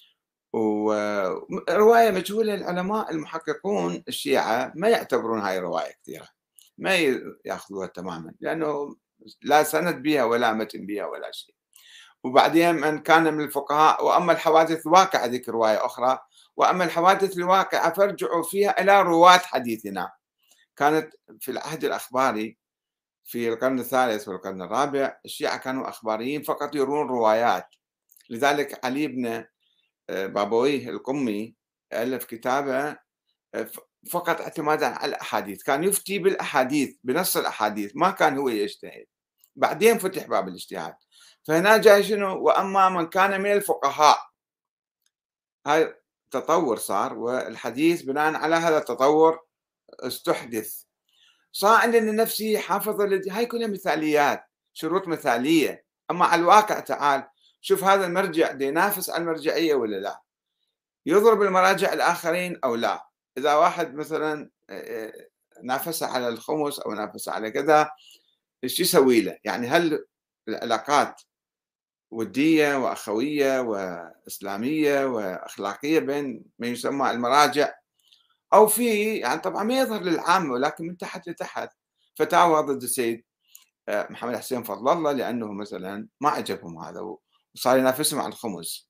ورواية مجهولة. العلماء المحققون الشيعة ما يعتبرون هاي الرواية كثيرة، ما ي- ياخذوها تماما، لأنه لا سند بها ولا متن بها ولا شيء. وبعدين من كان من الفقهاء: "وأما الحوادث الواقعة" ذيك رواية أخرى: "وأما الحوادث الواقعة فارجعوا فيها إلى رواة حديثنا." كانت في العهد الأخباري في القرن الثالث والقرن الرابع الشيعة كانوا أخباريين فقط يرون روايات، لذلك علي بن آه، بابويه القمي ألف كتابه آه، ف- فقط اعتمادا على الأحاديث، كان يفتي بالأحاديث بنص الأحاديث، ما كان هو يجتهد، بعدين فتح باب الاجتهاد. فهنا جاي شنو: "وأما من كان من الفقهاء." هاي تطور صار، والحديث بناء على هذا التطور استحدث. "صاعدا لنفسه حافظ الذي"، هاي كلها مثاليات، شروط مثالية. أما على الواقع تعال شوف هذا المرجع دي ينافس على المرجعية ولا لا، يضرب المراجع الآخرين أو لا. إذا واحد مثلا آه، آه، نافسه على الخمس أو نافسه على كذا، إيش يسوي له؟ يعني هل العلاقات ودية وأخوية وإسلامية وأخلاقية بين ما يسمى المراجع، أو في يعني طبعًا ما يظهر للعامة ولكن من تحت لتحت فتاوى ضد السيد آآ محمد حسين فضل الله، لأنه مثلًا ما عجبهم هذا وصار ينافسهم على الخمس.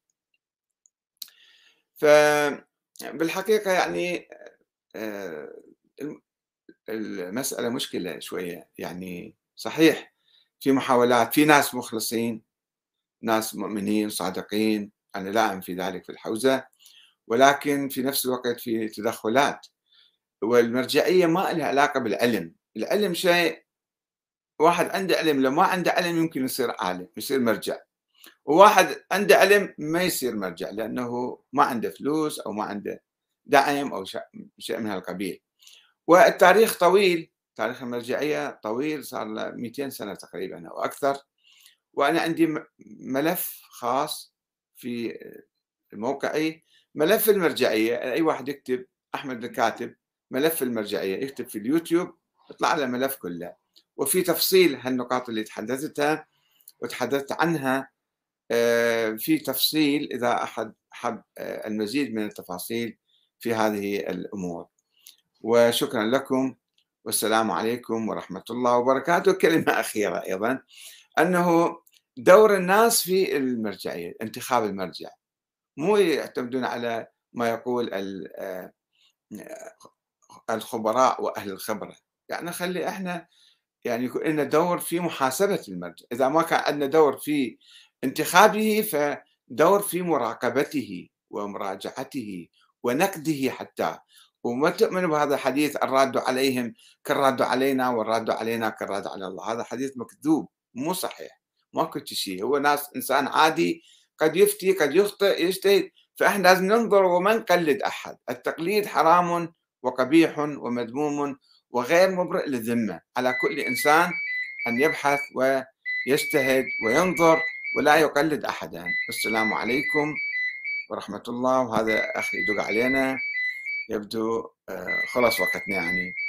فبالحقيقة يعني آآ الم المسألة مشكلة شوية، يعني صحيح في محاولات، في ناس مخلصين، ناس مؤمنين صادقين، أنا لا أنفي ذلك في الحوزة، ولكن في نفس الوقت في تدخلات، والمرجعية ما إلها علاقة بالعلم، العلم شيء، واحد عنده علم لو ما عنده علم يمكن يصير عالم، يصير مرجع، وواحد عنده علم ما يصير مرجع لأنه ما عنده فلوس أو ما عنده دعم أو ش شيء من هالقبيل. والتاريخ طويل، تاريخ المرجعية طويل، صار له مئتين سنة تقريبًا أو أكثر، وأنا عندي م ملف خاص في موقعي، ملف المرجعية، أي واحد يكتب أحمد الكاتب ملف المرجعية، يكتب في اليوتيوب يطلع له الملف كله، وفي تفصيل هالنقاط اللي تحدثتها وتحدثت عنها، آآ في تفصيل إذا أحد حب آآ المزيد من التفاصيل في هذه الأمور. وشكرًا لكم، والسلام عليكم ورحمة الله وبركاته. كلمة أخيرة أيضًا، أنه دور الناس في المرجعية، انتخاب المرجع، مو يعتمدون على ما يقول ال آآ الخبراء وأهل الخبرة، يعني نخلي إحنا يعني يكون لنا دور في محاسبة المرجع، إذا ما كان عندنا دور في انتخابه فدور في مراقبته ومراجعته ونقده حتى، وما تؤمنوا بهذا الحديث الراد عليهم كالراد علينا والراد علينا كالراد على الله، هذا حديث مكذوب مو صحيح، ماكو شيء، هو ناس إنسان عادي قد يفتي قد يخطئ يجتهد، فإحنا لازم ننظر وما نقلد أحد، التقليد حرام وقبيح ومذموم وغير مبرئ للذمة، على كل إنسان أن يبحث ويجتهد وينظر ولا يقلد أحدا. السلام عليكم ورحمة الله. وهذا أخي يدق علينا، يبدو آه، خلص وقتنا يعني.